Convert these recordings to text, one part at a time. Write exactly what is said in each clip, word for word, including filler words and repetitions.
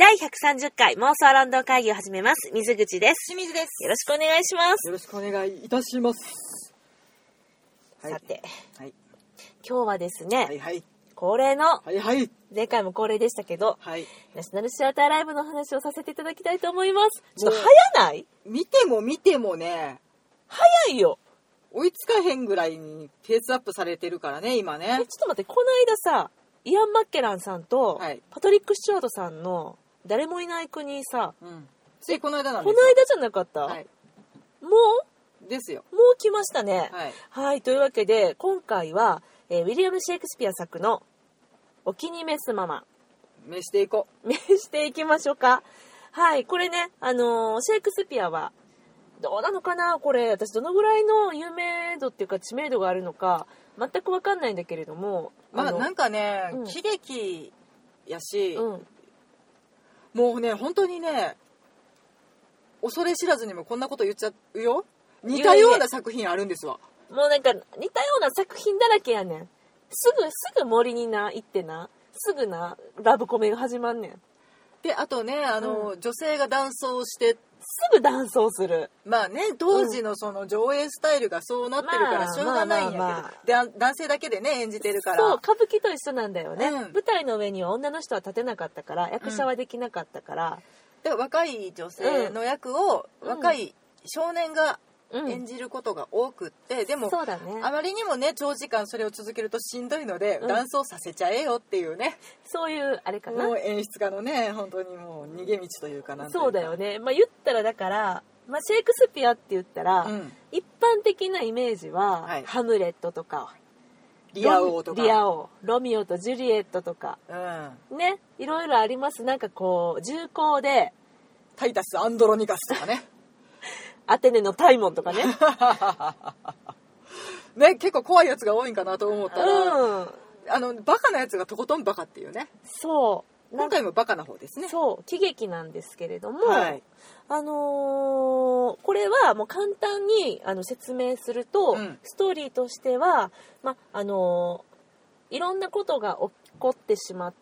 だいひゃくさんじゅっかい妄想アラウンド会議を始めます。水口です。 清水です。 よろしくお願いします。 よろしくお願いいたします。 はい、さて、 はい、 今日はですね、 はいはい、 恒例の、 はいはい、 前回も恒例でしたけど、 はい、 ナショナルシアターライブの話をさせていただきたいと思います。ちょっと早ない？ 見ても見てもね、 早いよ。 追いつかへんぐらいにペースアップされてるからね、今ね。 え、ちょっと待って、この間さ、イアン・マッケランさんと、はい、パトリック・スチュワートさんの誰もいない国さ、 うん、ついこの間なんですよ。 この間じゃなかった、はい、もうですよ。 もう来ましたね。 はい、 はい、というわけで今回は、えー、ウィリアム・シェイクスピア作のお気に召すまま召していこう召していきましょうか。はい、これね、あのー、シェイクスピアはどうなのかな、これ私どのぐらいの有名度っていうか知名度があるのか全く分かんないんだけれども、 まあなんかね、 うん、 喜劇やし、 うん、 もうね本当にね、恐れ知らずにもこんなこと言っちゃうよ。似たような作品あるんですわ。 もうなんか似たような作品だらけやねん。すぐすぐ森にな行ってな、すぐなラブコメが始まんねん。 であとね、あの、うん、女性がダンスをしてすぐダンスをする。 まあね、当時のその上映スタイルがそうなってるからしょうがないんやけど、まあまあまあ、で男性だけでね演じてるから。 そう、歌舞伎と一緒なんだよね、うん、舞台の上には女の人は立てなかったから、役者はできなかったから、 うん、で若い女性の役を、うん、若い少年が演じることが多くって、うん、でもそうだね、 あまりにもね長時間それを続けるとしんどいので、うん、ダンスをさせちゃえよっていうね、 そういうあれかな、 もう演出家のね本当にもう逃げ道というかなんというか。 そうだよね、まあ、言ったらだから、まあ、シェイクスピアって言ったら、うん、一般的なイメージは、はい、ハムレットとかリア王とかリア王、ロミオとジュリエットとか、 うん、 ね、いろいろあります。なんかこう重厚でタイタス・アンドロニカスとかねアテネのタイモンとかねね、結構怖いやつが多いんかなと思ったら、 うん、 あのバカなやつがとことんバカっていうね。 そう今回もバカな方ですね。 そう喜劇なんですけれども、 はい、 あのー、これはもう簡単にあの説明すると、うん、ストーリーとしては、まあのー、いろんなことが起こってしまって、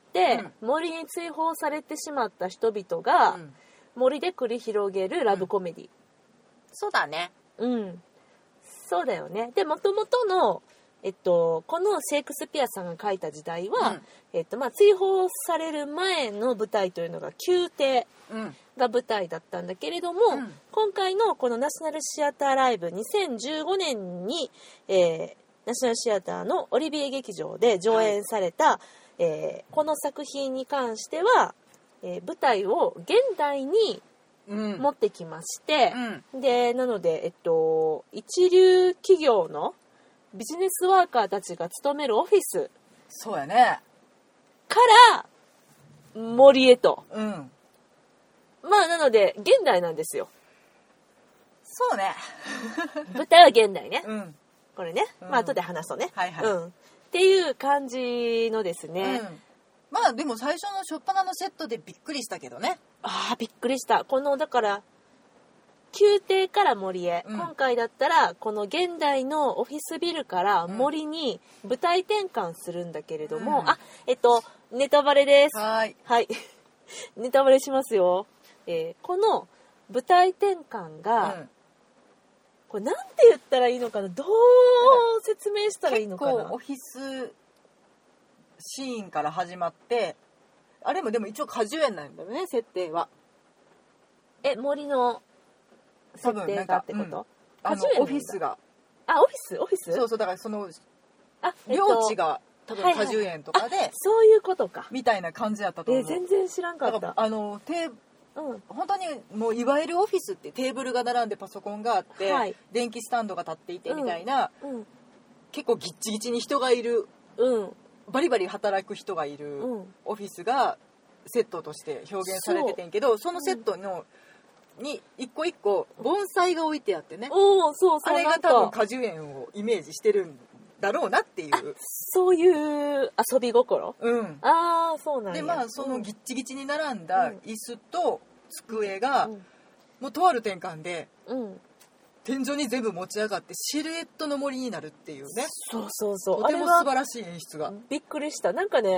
うん、森に追放されてしまった人々が、うん、森で繰り広げるラブコメディ、うん、 そうだね。 うん、そうだよね。で、もともとの、えっと、このシェイクスピアさんが書いた時代は、うん、えっとまあ、追放される前の舞台というのが宮廷が舞台だったんだけれども、うん、今回のこのナショナルシアターライブにせんじゅうごねんに、えー、ナショナルシアターのオリビエ劇場で上演された、はい、えー、この作品に関しては、えー、舞台を現代に持ってきまして、うん、でなので、えっと、一流企業のビジネスワーカーたちが勤めるオフィス、 そうやね、 から森へと、 うん、 まあなので現代なんですよ。 そうね舞台は現代ね、 うん、 これね、うん、まあ後で話そうね、 はいはい、 うん、っていう感じのですね、 うん、まあでも最初の初っ端のセットでびっくりしたけどね。 ああびっくりした。このだから宮廷から森へ、うん、今回だったらこの現代のオフィスビルから森に舞台転換するんだけれども、うん、あえっとネタバレです。 はい、 はい、ネタバレしますよ、えー、この舞台転換が、うん、これなんて言ったらいいのかな、どう説明したらいいのかな。 結構オフィスシーンから始まって、あれもでも一応果樹園なんだよね設定は。 え森の設定がってこと、うん、 あのオフィスがあオフィスオフィスそうそう、だからそのあ、 えっと、領地が多分果樹園とかで、はいはい、 そういうことかみたいな感じだったと思う。 えー、全然知らんかった。 だからあのテーうん、本当にもういわゆるオフィスってテーブルが並んでパソコンがあって、はい、電気スタンドが立っていてみたいな、うんうん、結構ギッチギチに人がいる、 うん、 バリバリ働く人がいるオフィスがセットとして表現されててんけど、 そ, そのセットの、うん、に一個一個盆栽が置いてあってね、 おそうそう、 あれが多分果樹園をイメージしてるんだろうなっていう、 そういう遊び心、 うん、 ああそうなんや。 でまあそのギッチギチに並んだ椅子と机が、うん、もうとある転換で、うん、天井に全部持ち上がってシルエットの森になるっていうね。 そうそうそう、 とても素晴らしい演出が。 びっくりした。なんかね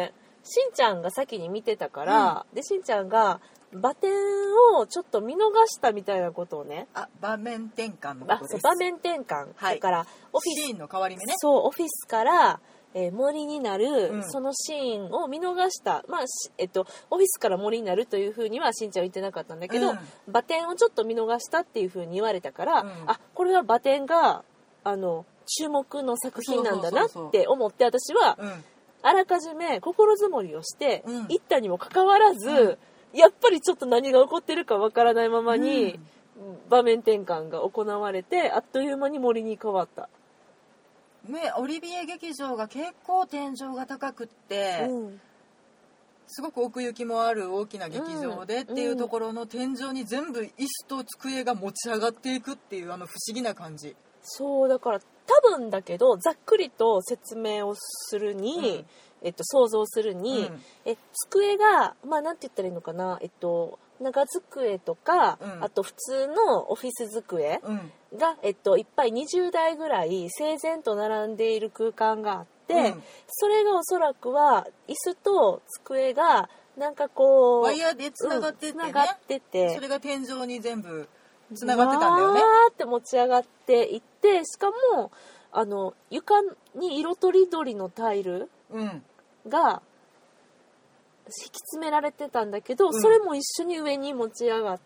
しんちゃんが先に見てたから、うん、でしんちゃんが場点をちょっと見逃したみたいなことをね。 あ、場面転換のことです。 あ、そう、場面転換、はい、だからオフィスシーンの変わり目ね。 そう、オフィスからえー、森になる、うん、そのシーンを見逃した、まあえっと、オフィスから森になるというふうにはしんちゃんは言ってなかったんだけど、うん、場点をちょっと見逃したっていうふうに言われたから、うん、あ、これは場点があの注目の作品なんだなって思って私は、うん、あらかじめ心づもりをして行ったにもかかわらず、うん、やっぱりちょっと何が起こってるかわからないままに、場面転換が行われてあっという間に森に変わった。 ね、オリビエ劇場が結構天井が高くって、うん、すごく奥行きもある大きな劇場でっていうところの天井に全部椅子と机が持ち上がっていくっていうあの不思議な感じ。 そうだから多分だけどざっくりと説明をするに、うん、えっと、想像するに、うん、え机がまあなんて言ったらいいのかな、えっと長机とか、うん、あと普通のオフィス机が、うん、えっと、いっぱいにじゅうだいぐらい整然と並んでいる空間があって、うん、それがおそらくは椅子と机がなんかこうワイヤーでつながってて、ね、 うん、つながっててそれが天井に全部つながってたんだよね。 わーって持ち上がっていって、しかもあの床に色とりどりのタイルが、引き詰められてたんだけど、うん、それも一緒に上に持ち上がって、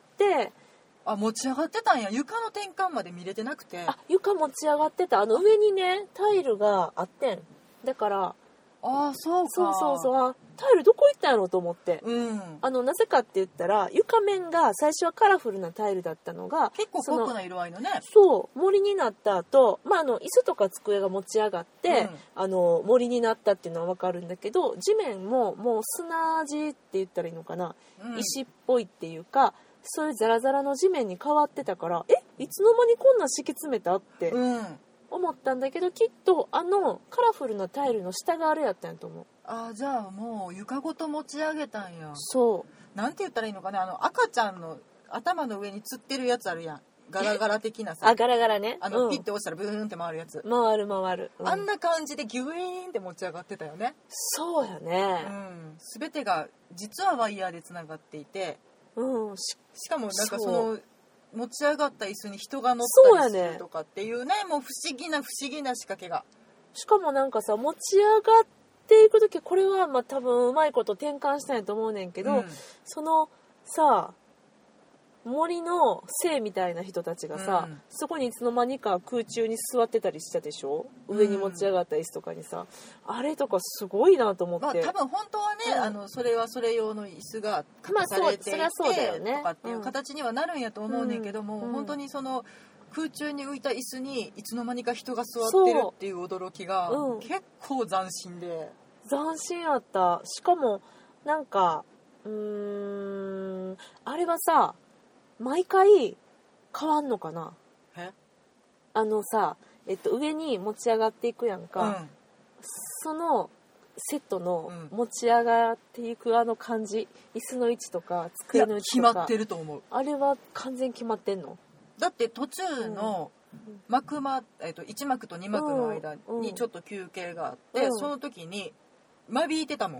あ、持ち上がってたんや。床の転換まで見れてなくて。 あ、床持ち上がってた。あの上にねタイルがあってん。だからあ、そうか。 そうそうそう。あ、タイルどこ行ったんやろと思って、 うん、 あのなぜかって言ったら床面が最初はカラフルなタイルだったのが結構濃くな色合いのね。 そう森になった後、まあ、あの椅子とか机が持ち上がって、うん、あの森になったっていうのは分かるんだけど、地面ももう砂地って言ったらいいのかな、うん、石っぽいっていうかそういうザラザラの地面に変わってたから、えいつの間にこんな敷き詰めたって思ったんだけど、きっとあのカラフルなタイルの下があれやったんやと思う。 あ、じゃあもう床ごと持ち上げたんや。 そうなんて言ったらいいのかね、あの赤ちゃんの頭の上に吊ってるやつあるやん、ガラガラ的なさあ、ガラガラね、 あの、 うん、 ピッて押したらブーンって回るやつ、 回る回る、 うん、あんな感じでギュイーンって持ち上がってたよね。 そうやね、 うん、全てが実はワイヤーでつながっていて、 うん、 し, しかもなんかその持ち上がった椅子に人が乗ったりするとかっていうね、もう不思議な不思議な仕掛けが。 しかもなんかさ持ち上がっていく時、これはまあ多分うまいこと転換したんやと思うねんけど、うん、そのさ森の精みたいな人たちがさ、うん、そこにいつの間にか空中に座ってたりしたでしょ、上に持ち上がった椅子とかにさ、うん、あれとかすごいなと思って、まあ、 多分本当はね、うん、あのそれはそれ用の椅子が隠されていて、まあ、そう、そりゃそうだよね、とかっていう形にはなるんやと思うねんけども、うん、本当にその空中に浮いた椅子にいつの間にか人が座ってるっていう驚きが結構斬新で、 斬新やった。しかもなんかうーんあれはさ毎回変わんのかな。 えあのさ、えっと、上に持ち上がっていくやんか、うん、そのセットの持ち上がっていくあの感じ、椅子の位置とか机の位置とか決まってると思う。 あれは完全決まってんの？ だって途中の幕間、えっと、いち幕とに幕の間にちょっと休憩があって、うんうん、その時に間引いてたもん。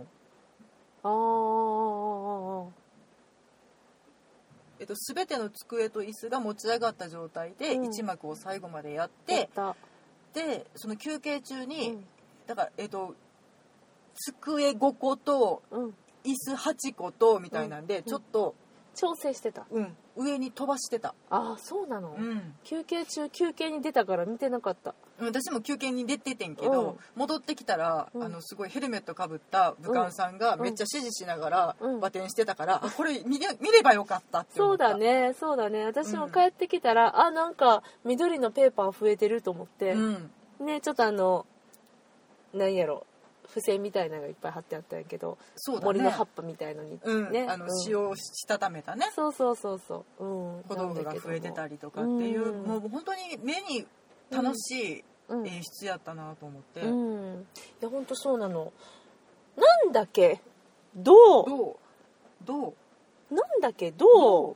ああえっと、全ての机と椅子が持ち上がった状態でいち幕を最後までやって、 うん、 でその休憩中に、うん、だから、えっと、机ごこと椅子はちことみたいなんで、うん、ちょっと調整してた、 うん、上に飛ばしてた。 ああそうなの、 うん、 休憩中休憩に出たから見てなかった。 私も休憩に出ててんけど、うん、戻ってきたら、うん、あのすごいヘルメットかぶった武官さんがめっちゃ指示しながら馬転してたから、うん、これ 見, 見ればよかったって思った。 そうだねそうだね。私も帰ってきたら、うん、あなんか緑のペーパー増えてると思って、うん、ねちょっとあの何やろ付箋みたいなのがいっぱい貼ってあったんやけど、 そうだね、 森の葉っぱみたいのに、 うんね、 あの塩をしたためたね、 そうそうそうそう、うん、 小道具が増えてたりとかっていう、うん、もう本当に目に楽しい演出やったなと思って、 うんうん、いや本当そうなの。なんだっけどうどうどうなんだっけどう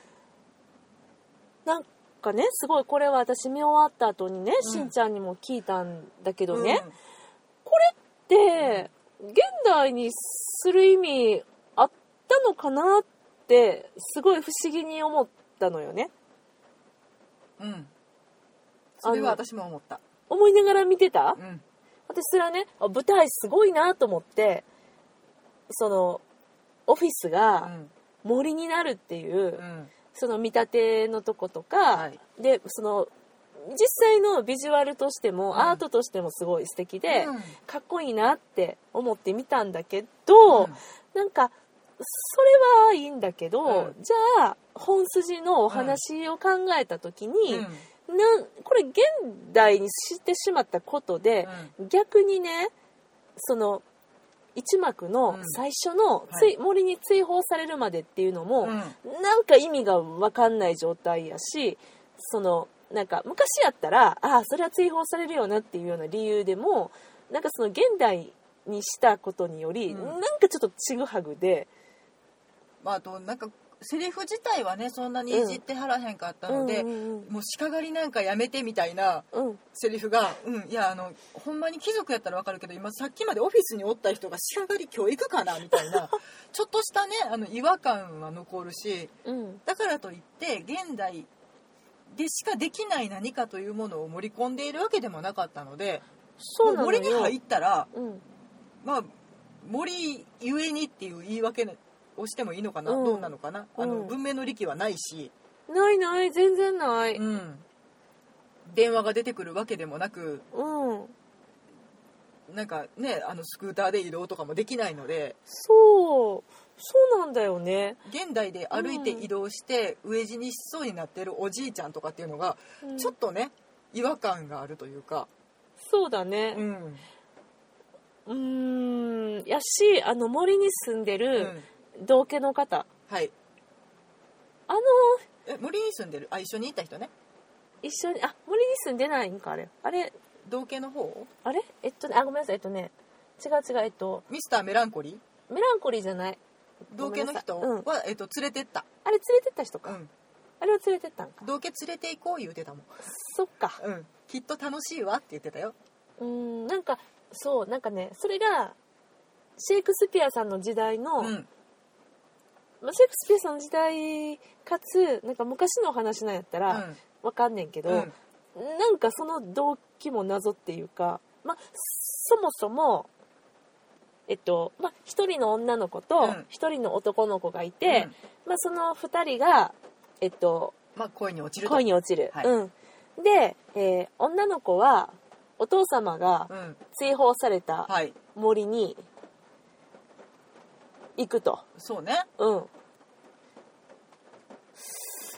なんかねすごいこれは私見終わった後にね、うん、しんちゃんにも聞いたんだけどね、うん、これって現代にする意味あったのかなってすごい不思議に思ったのよね。 うん。それは私も思った。 思いながら見てた？ うん。 私それはね、舞台すごいなと思って、そのオフィスが森になるっていう、うん、その見立てのとことか、はい、でその実際のビジュアルとしても、うん、アートとしてもすごい素敵で、うん、かっこいいなって思って見たんだけど、うん、なんかそれはいいんだけど、うん、じゃあ本筋のお話を考えた時に、うん、なんこれ現代にしてしまったことで、うん、逆にねその一幕の最初のつい、うん、森に追放されるまでっていうのも、うん、なんか意味が分かんない状態やし、そのなんか昔やったらああそれは追放されるよなっていうような理由でもなんかその現代にしたことにより、うん、なんかちょっとちぐはぐで、 まあ、あとなんかセリフ自体はねそんなにいじってはらへんかったので、うんうんうんうん、もう鹿狩りなんかやめてみたいなセリフが、うん、いやあのほんまに貴族やったらわかるけど今さっきまでオフィスにおった人が鹿狩り教育かなみたいなちょっとしたねあの違和感は残るし、うん、だからといって現代でしかできない何かというものを盛り込んでいるわけでもなかったので、 そうなのよ。 森に入ったら、うん、まあ森ゆえにっていう言い訳をしてもいいのかな、うん、どうなのかな、あの、うん、文明の利器はないし、 ないない全然ない、 うん、電話が出てくるわけでもなく、 うん、 なんかねあのスクーターで移動とかもできないので、 そうそうなんだよね。 現代で歩いて移動して飢え死にしそうになってるおじいちゃんとかっていうのが、うん、ちょっとね違和感があるというか、 そうだね、 うんうーんやしあの森に住んでる同家の方、 うん、はいあのえ森に住んでるあ一緒にいた人ね一緒にあ森に住んでないんかあれあれ同家の方あれえっとねあごめんなさいえっとね違う違うえっとミスターメランコリーメランコリーじゃない同家の人は、うん、えっと、連れてったあれ連れてった人か、うん、あれを連れてったんか同家連れて行こう言うてたもんそっか、 うん、きっと楽しいわって言ってたよ。 うーんなんかそうなんかねそれがシェイクスピアさんの時代の、うんまあ、シェイクスピアさんの時代かつなんか昔の話なんやったら、うん、わかんねんけど、うん、なんかその動機も謎っていうか、まあ、そもそもえっとまあ、ひとりの女の子とひとりの男の子がいて、うんまあ、そのふたりが、えっとまあ、恋に落ちると恋に落ちる、はいうん、で、えー、女の子はお父様が追放された森に行くと、 うん、そうね、 うん、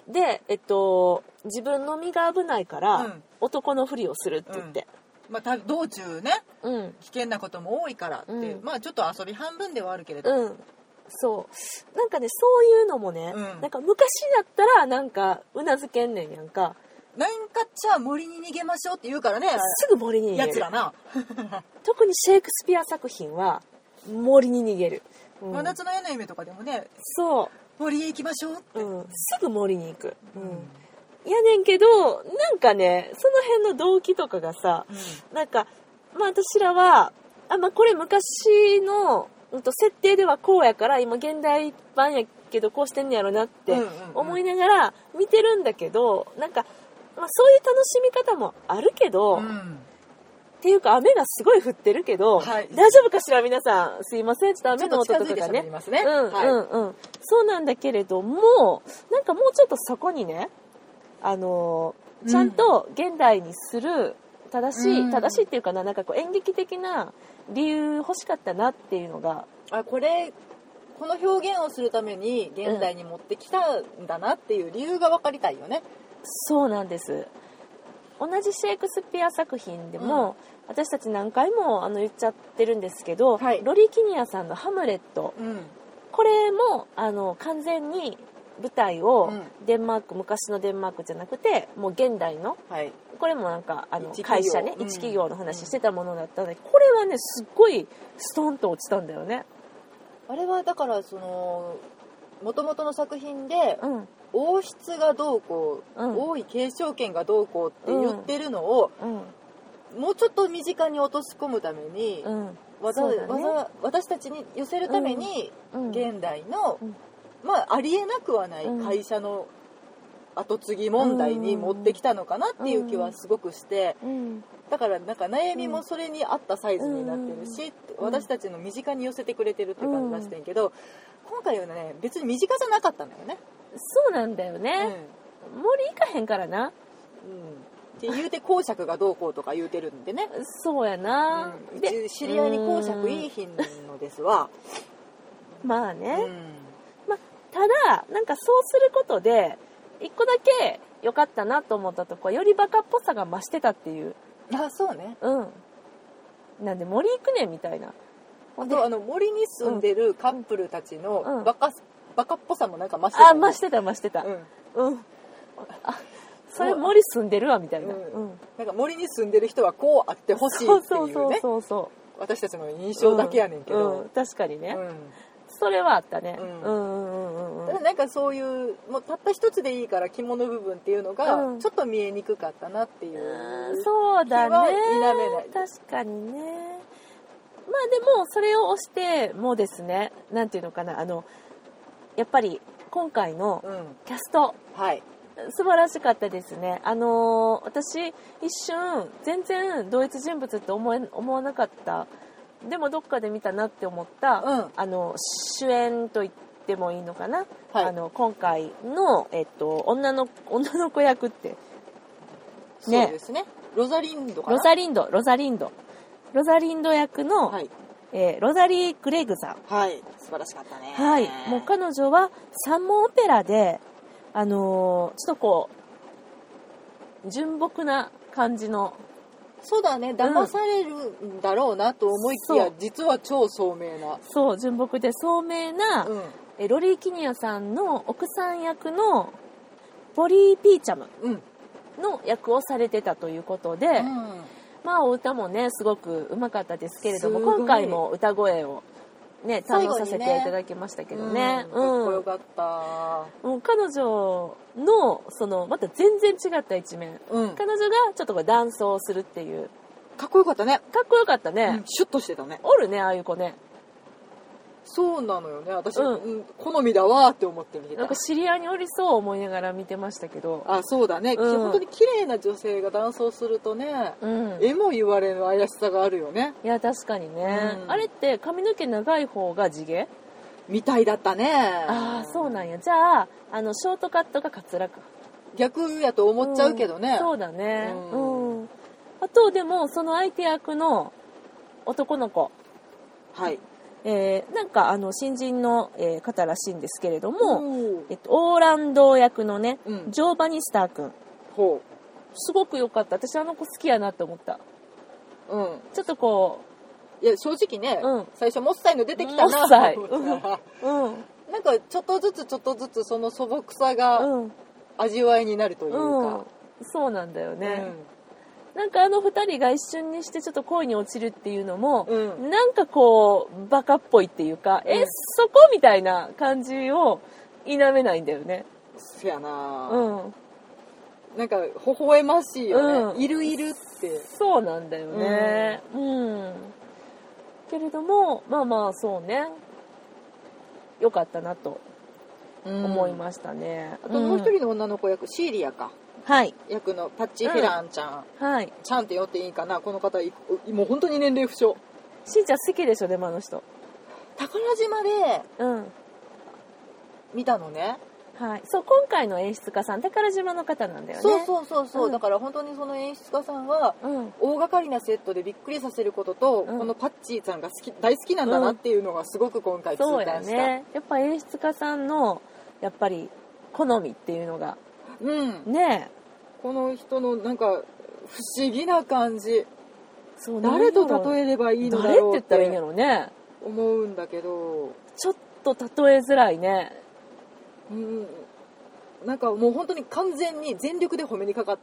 で、えっと、自分の身が危ないから、うん、男のふりをするって言って、うんまあ、道中ね、うん、危険なことも多いからって、うん、まあちょっと遊び半分ではあるけれど、 うん、そうなんかねそういうのもね、うん、なんか昔だったらなんかうなずけんねんやんかなんかっちゃ森に逃げましょうって言うからねすぐ森に逃げるやつらな特にシェイクスピア作品は森に逃げる、 うん、真夏の夜の夢とかでもねそう森へ行きましょうって、 うん、すぐ森に行く、うんやねんけどなんかねその辺の動機とかがさ、うん、なんかまあ私らはあ、まあ、これ昔の、うん、と設定ではこうやから今現代版やけどこうしてんねやろなって思いながら見てるんだけど、なんか、まあ、そういう楽しみ方もあるけど、うん、っていうか雨がすごい降ってるけど、はい、大丈夫かしら皆さんすいませんちょっと雨の音とかがね、ねうんはい、うんうんそうなんだけれどもなんかもうちょっとそこにねあのちゃんと現代にする正しい、うん、正しいっていうかな、なんかこう演劇的な理由欲しかったなっていうのがあこれこの表現をするために現代に持ってきたんだなっていう理由が分かりたいよね、うん、 そうなんです。同じシェイクスピア作品でも、うん、私たち何回もあの言っちゃってるんですけど、はい、ロリー・キニアさんのハムレット、うん、これもあの完全に舞台をデンマーク、うん、昔のデンマークじゃなくてもう現代の、はい、これもなんかあの会社ね一企業の話してたものだったので、うん、これはねすっごいストンと落ちたんだよね。 あれはだからその元々の作品で、うん、王室がどうこう、うん、王位継承権がどうこうって言ってるのを、うん、もうちょっと身近に落とし込むために、うん、 わざわざ私たちに寄せるために、現代の、まあありえなくはない会社の後継ぎ問題に持ってきたのかなっていう気はすごくして、だからなんか悩みもそれに合ったサイズになってるし、私たちの身近に寄せてくれてるって感じがしてんけど、今回はね別に身近じゃなかったんだよね。 そうなんだよね、うん、森行かへんからな、うん、 って言うて公爵がどうこうとか言うてるんでね。 そうやな、 うん、で知り合いに公爵いいひんのですわ。 まあね、うん、まあ、ただなんかそうすることで一個だけ良かったなと思ったとこはよりバカっぽさが増してたっていう。 あ、そうね。 うんなんで森行くねんみたいな。 あとあの森に住んでるカップルたちのバカ、うん、バカっぽさもなんか増してた、ね、あ増してた増してた、うん、うん、あそれ森住んでるわみたいな、うんうん、なんか森に住んでる人はこうあってほしいっていうね、そうそうそうそう私たちの印象だけやねんけど、 うんうん、確かにね、うん、それはあったね、うんうんうんうん、 ただなんかそういうもうたった一つでいいから肝の部分っていうのがちょっと見えにくかったなっていう、 うん、そうだね、 否めない確かにね。まあでもそれを押してもですね、なんていうのかな、あのやっぱり今回のキャスト、 うん、はい、 素晴らしかったですね。あのー、私一瞬全然同一人物って思え思わなかった。でもどっかで見たなって思った、うん、あの主演と言ってもいいのかな、はい、あの今回の、えっと、女の女の子役って、ね、 そうですね、ロザリンドかな、 ロザリンドロザリンドロザリンド役の、はい、えー、ロザリー・グレイグさん、 はい、素晴らしかったね。 はい、もう彼女は三門オペラで、あのー、ちょっとこう純朴な感じの、 そうだね、騙されるんだろうなと思いきや、うん、実は超聡明な、 そう純朴で聡明な、うん、えロリー・キニアさんの奥さん役のポリー・ピーチャムの役をされてたということで、うん、まあお歌もねすごくうまかったですけれども、今回も歌声をね堪能させていただきましたけどね、 うん、かっこよかった。 もう彼女のそのまた全然違った一面、うん、彼女がちょっとダンスをするっていう、 かっこよかったね。 かっこよかったね、うん、 シュッとしてたね。 おるねああいう子ね。 そうなのよね、私、うん、好みだわって思って見てた。 なんか知り合いにおりそう思いながら見てましたけど。 あ、そうだね、うん、本当に綺麗な女性がダンスをするとね、うん、絵も言われぬ怪しさがあるよね。 いや確かにね、うん、あれって髪の毛長い方が地毛みたいだったね。 ああそうなんや。じゃああのショートカットがカツラか。 逆やと思っちゃうけどね、 うん、そうだね、うんうん、あとでもその相手役の男の子、 はい、 えー、なんかあの新人の、えー、方らしいんですけれども、えっと、オーランド役のね、うん、ジョーバニスター君、ほうすごく良かった。私あの子好きやなって思った、うん、ちょっとこういや正直ね、うん、最初モッサイの出てきたなモッサイ、うん、 なんかちょっとずつちょっとずつその素朴さが味わいになるというか、うん、 そうなんだよね、うん、なんかあの二人が一瞬にしてちょっと恋に落ちるっていうのも、うん、なんかこうバカっぽいっていうか、うん、えそこみたいな感じを否めないんだよね。 そやな、うん、なんか微笑ましいよね、うん、いるいるってそうなんだよね、うん、うん、けれどもまあまあそうね良かったなと思いましたね、 うん、あともう一人の女の子役、シーリアか、 はい、 役のパッチ・フェランちゃん、 うん、はい、 ちゃんって呼んでいいかな、この方もう本当に年齢不詳。 しんちゃん好きでしょでもあの人。 宝島で見たのね、 はい、そう今回の演出家さん宝島の方なんだよね。 そうそうそうそう、うん、だから本当にその演出家さんは、うん、大掛かりなセットでびっくりさせることと、うん、このパッチーさんが好き大好きなんだなっていうのがすごく今回痛感した、うん、そうやね、 やっぱ演出家さんのやっぱり好みっていうのが、うん、ねえこの人のなんか不思議な感じ、そう誰と例えればいいのだろうって誰って言ったらいいんやろうね思うんだけど、 ちょっと例えづらいね、 うん、なんかもう本当に完全に全力で褒めにかかって、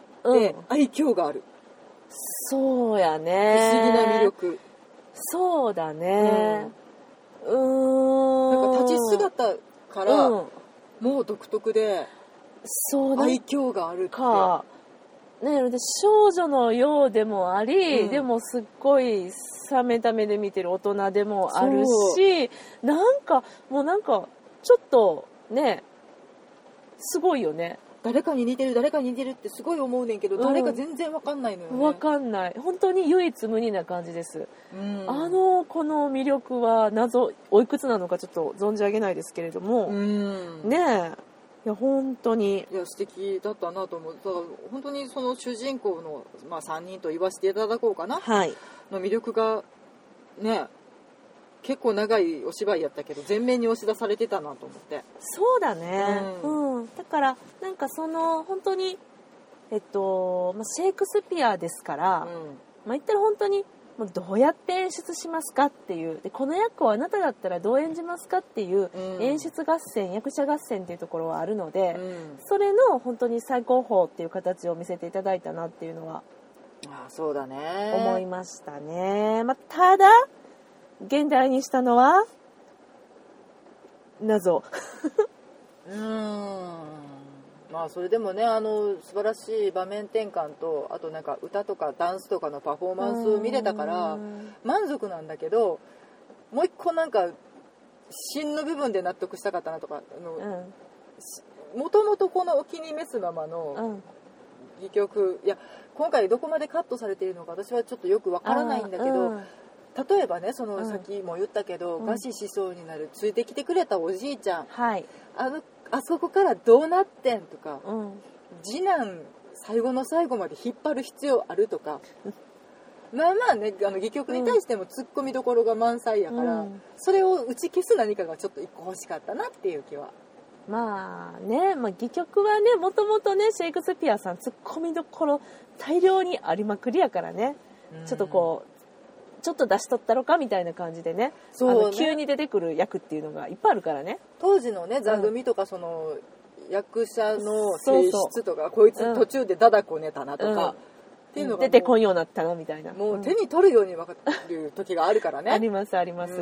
うん、愛嬌がある。 そうやね、 不思議な魅力。 そうだね、うん、 うーん、なんか立ち姿から、うん、もう独特でそう愛嬌があるって。 かね、で少女のようでもあり、 うん、 でもすっごい冷めた目で見てる大人でもあるし、なんかもうなんかちょっとねすごいよね。 誰かに似てる誰かに似てるってすごい思うねんけど、うん、誰か全然わかんないのよね。 わかんない。本当に唯一無二な感じです、 うん、 あのこの魅力は謎、おいくつなのかちょっと存じ上げないですけれども、 うん、 ねえ、いや本当にいや素敵だったなと思う。だから本当にその主人公の、まあ、さんにんと言わせていただこうかな、 はい、 の魅力がね結構長いお芝居やったけど前面に押し出されてたなと思って。 そうだね、うんうん、だからなんかその本当にえっと、まあ、シェイクスピアですから、 うん、 まあ、言ったら本当にもうどうやって演出しますかっていうで、この役をあなただったらどう演じますかっていう演出合戦、役者合戦っていうところはあるので、 うん、 それの本当に最高峰っていう形を見せていただいたなっていうのはああそうだね思いましたね。まあ、ただ現代にしたのは謎うーん、まあそれでもね、あの素晴らしい場面転換と、あとなんか歌とかダンスとかのパフォーマンスを見れたから満足なんだけど、もう一個なんか芯の部分で納得したかったなとか、もともとこのお気に召すままの戯曲、いや今回どこまでカットされているのか私はちょっとよくわからないんだけど、うん、例えばね、そのさっきも言ったけど、うん、餓死しそうになるついてきてくれたおじいちゃん、 はい、 あのあそこからどうなってんとか、 うん、 次男最後の最後まで引っ張る必要あるとか、まあまあね、あの戯曲に対してもツッコミどころが満載やから、うん、それを打ち消す何かがちょっと一個欲しかったなっていう気は。 まあね、まあ、戯曲はね、もともとねシェイクスピアさんツッコミどころ大量にありまくりやからね、うん、ちょっとこうちょっと出しとったろかみたいな感じで ね, そうね、あの急に出てくる役っていうのがいっぱいあるからね。 当時のね座組とか、その、うん、役者の性質とか、そうそう、こいつ途中でダダこねたなとか、うん、っていうのが出てこんようになったなみたいな、 もう手に取るように分かる時があるからねありますあります、うん、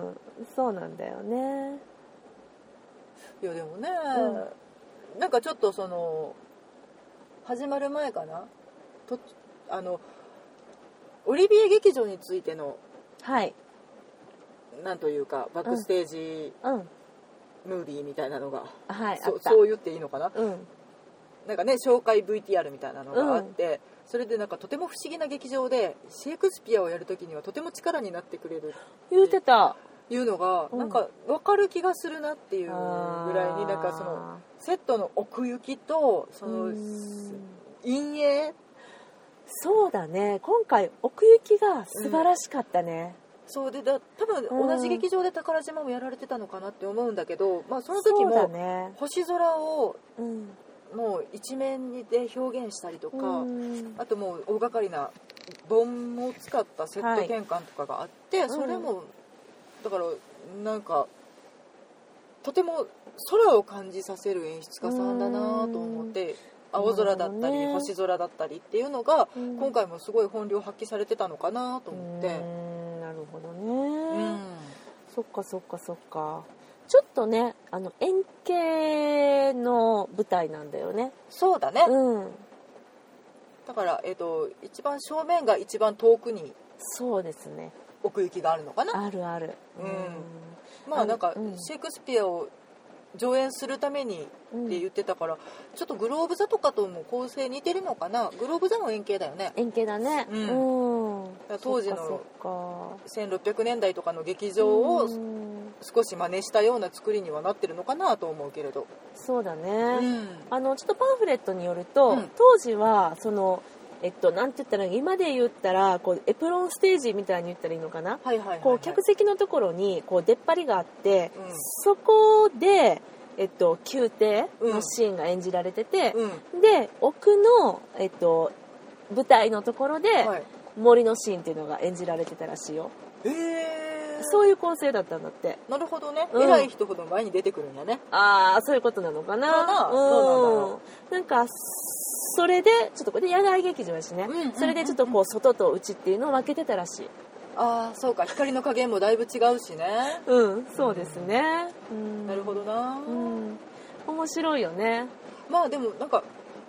うん、そうなんだよね。 いやでもね、うん、なんかちょっとその始まる前かなと、あのオリビエ劇場についての、 はい、 なんというかバックステージ、 うん、 ムービーみたいなのが、 はい、 そ, そう言っていいのかな、 うん、 なんかね紹介 ブイティーアール みたいなのがあって、うん、それでなんかとても不思議な劇場でシェイクスピアをやるときにはとても力になってくれる言うてたいうのがなんか分かる気がするなっていうぐらいに、なんかそのセットの奥行きとその陰影、 そうだね、今回奥行きが素晴らしかったね、 うん、そうでだ多分同じ劇場で宝島もやられてたのかなって思うんだけど、まあ、その時も星空をもう一面で表現したりとか、うん、あともう大掛かりな盆を使ったセット転換とかがあって、はい、それもだからなんかとても空を感じさせる演出家さんだなと思って、青空だったり星空だったりっていうのが今回もすごい本領発揮されてたのかなと思って。 うん、なるほどね、 うん、 そっかそっかそっか。ちょっとね、あの円形の舞台なんだよね。 そうだね、 うん、 だから、えーと、一番正面が一番遠くにそうですね奥行きがあるのかな。 あるある、 うん、まあなんかシェイクスピアを上演するためにって言ってたから、うん、ちょっとグローブ座とかとも構成似てるのかな。グローブ座も円形だよね。 円形だね、 うんうん、当時のせんろっぴゃくねんだいとかの劇場を少し真似したような作りにはなってるのかなと思うけれど。 そうだね、 うん、 あのちょっとパンフレットによると、うん、当時はそのえっと、なんて言ったら今で言ったらこうエプロンステージみたいに言ったらいいのかな、 はいはいはいはい、 こう客席のところにこう出っ張りがあって、うん、そこで、えっと、宮廷のシーンが演じられてて、うん、で奥の、えっと、舞台のところで、はい、森のシーンっていうのが演じられてたらしいよ。 へー、 そういう構成だったんだって。 なるほどね、うん、偉い人ほど前に出てくるんやね。 ああ、そういうことなのかな。 な、 うん、なんかそれでちょっとこれ野外劇場だしね、うんうんうんうん、それでちょっとこう外と内っていうのを分けてたらしい。 ああ、そうか、光の加減もだいぶ違うしね。 うん、そうですね、うん、 なるほどな、 うん、面白いよね。 まあでもなんか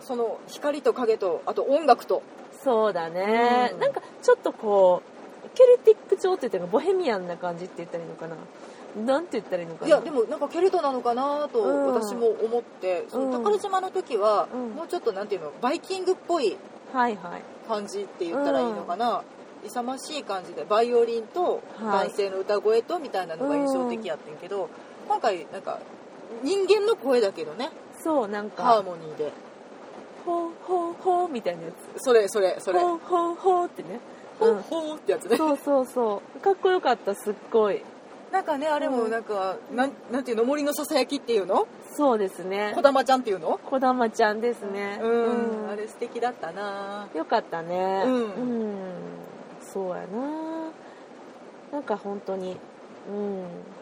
その光と影とあと音楽と。 そうだね、 うん、 なんかちょっとこうケルティック調って言ったらボヘミアンな感じって言ったらいいのかな、なんて言ったらいいのかな。 いやでもなんかケルトなのかなと私も思って、うん、その宝島の時は、うん、もうちょっとなんていうのバイキングっぽい感じって言ったらいいのかな、うん、勇ましい感じでバイオリンと男性の歌声とみたいなのが印象的やってんけど、うん、今回なんか人間の声だけどね、 そうなんかハーモニーでほうほうほうみたいなやつ、 それそれそれほうほうほうってね、 ほうほうってやつね、 そうそうそうかっこよかった、すっごいなんかねあれもなんか、うん、なんなんていうの森のささやきっていうの、 そうですね、 こだまちゃんっていうの、 こだまちゃんですね、 うん、うん、あれ素敵だったな、 よかったね、 うん、うん、 そうやな、なんか本当にうん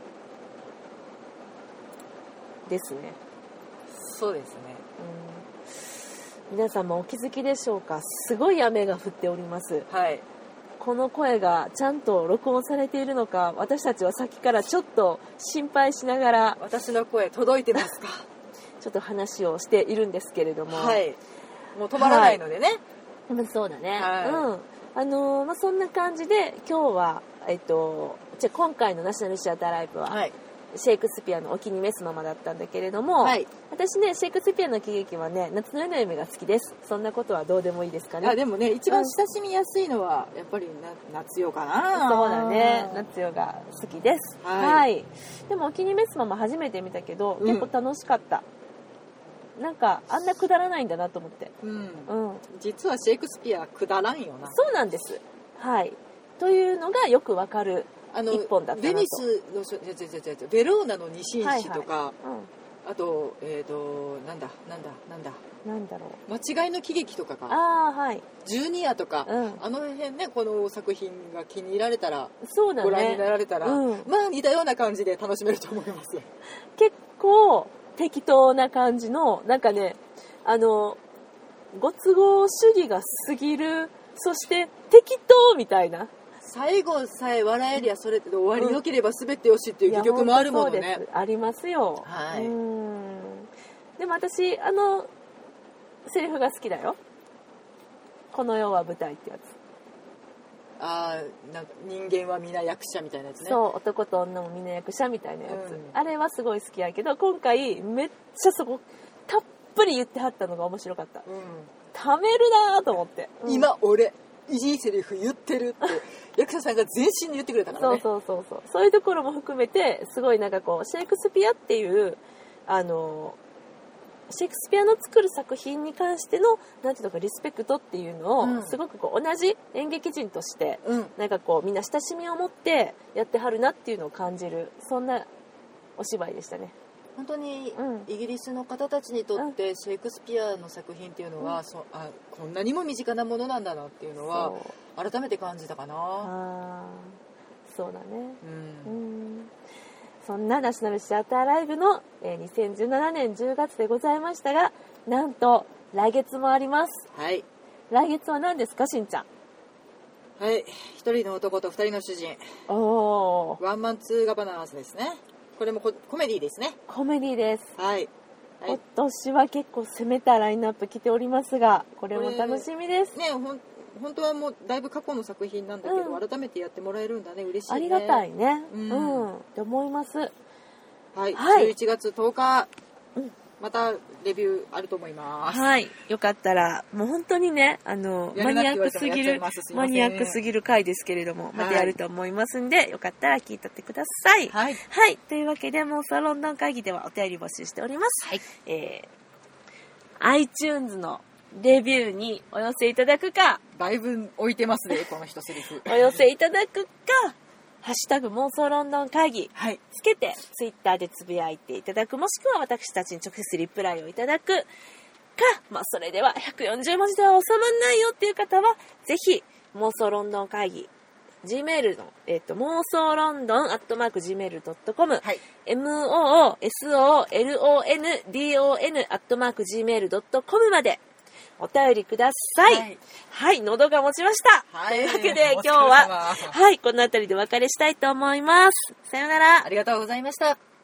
ですね、 そうですね、 うん、皆さんもお気づきでしょうか、すごい雨が降っております。 はい、 この声がちゃんと録音されているのか、私たちはさっきからちょっと心配しながら、 私の声届いてますかちょっと話をしているんですけれども、 はい、もう止まらないのでね、 はい、そうだね、 はい、 うん、あのーまあ、そんな感じで今日は、えっと、じゃ今回のナショナルシアターライブは、はい、シェイクスピアのお気に召すままだったんだけれども、はい、私ねシェイクスピアの喜劇はね夏の夜の夢が好きです。そんなことはどうでもいいですかね。 あでもね一番親しみやすいのはやっぱりな夏夜かな。 そうだね、夏夜が好きです。はい、はい、でもお気に召すまま初めて見たけど、うん、結構楽しかった。なんかあんなくだらないんだなと思って、 うんうん、実はシェイクスピアくだらんよな。 そうなんです、はい、というのがよくわかるあの一本だったなと。 ベニスのベローナの二進士とか、はいはい、うん、あとえっ、ー、となんだなんだなんだなんだろう間違いの喜劇とかか、 あ、はい、 ジュニアとか、うん、あの辺ねこの作品が気に入られたら、 そうだね、 ご覧になられたら、うん、まあ似たような感じで楽しめると思います。 結構適当な感じのなんかね、あのご都合主義が過ぎる、そして適当みたいな、 最後さえ笑えりゃそれで終わりよければ全てよしっていう戯曲もあるものね。 そうです、ありますよ、はい、うん、でも私あのセリフが好きだよ。この世は舞台ってやつ。 ああ、なんか人間は皆役者みたいなやつね。 そう、男と女も皆役者みたいなやつ、うん、あれはすごい好きやけど、今回めっちゃそこたっぷり言ってはったのが面白かった、うん、ためるなと思って、 うん、今俺いいセリフ言ってるって役者さんが全身に言ってくれたからね。 そうそうそうそう、そういうところも含めてすごいなんかこうシェイクスピアっていうあのシェイクスピアの作る作品に関してのなんていうのかリスペクトっていうのを、うん、すごくこう同じ演劇人として、うん、なんかこうみんな親しみを持ってやってはるなっていうのを感じる、そんなお芝居でしたね。 本当にイギリスの方たちにとってシェイクスピアの作品っていうのは、うん、そあこんなにも身近なものなんだなっていうのは改めて感じたかな。 あ、そうだね、うん、うん、そんなナショナルシアターライブの、えー、にせんじゅうななねんじゅうがつでございましたが、なんと来月もあります。 はい、 来月は何ですか、しんちゃん。 はい、一人の男と二人の主人、 おー、 ワンマンツーガバナーズですね。これも コ, コメディですね。 コメディです。 はい。はい、 今年は結構攻めたラインナップ来ておりますが、これも楽しみです。 ね、ほん本当はもうだいぶ過去の作品なんだけど、うん、改めてやってもらえるんだね、嬉しいね。 ありがたいね。うん。うん、って思います。 はい。はい、じゅういちがつとおか、うん、またレビューあると思います。 はい。よかったらもう本当にね、あのマニアックすぎるマニアックすぎる回ですけれども、またやると思いますんで、はい、よかったら聞いてってください。はい。はい。というわけで妄想ロンドン会議ではお便り募集しております。はい。えー、iTunes のレビューにお寄せいただくか、 だいぶ置いてますねこの一セリフ。 お寄せいただくか。ハッシュタグ妄想ロンドン会議つけて、はい、ツイッターでつぶやいていただく、もしくは私たちに直接リプライをいただくか、まあ、それではひゃくよんじゅうもじでは収まんないよっていう方はぜひ妄想ロンドン会議 Gmail の、えー、と妄想ロンドンアットマーク ジーメールドットコム、はい、エムオーエスオーエルオーエヌディーオーエヌ アットマーク ジーメールドットコムまでお便りください。はい、はい、喉が持ちました。はい、というわけで今日は、はい、この辺りでお別れしたいと思います。さようなら。 ありがとうございました。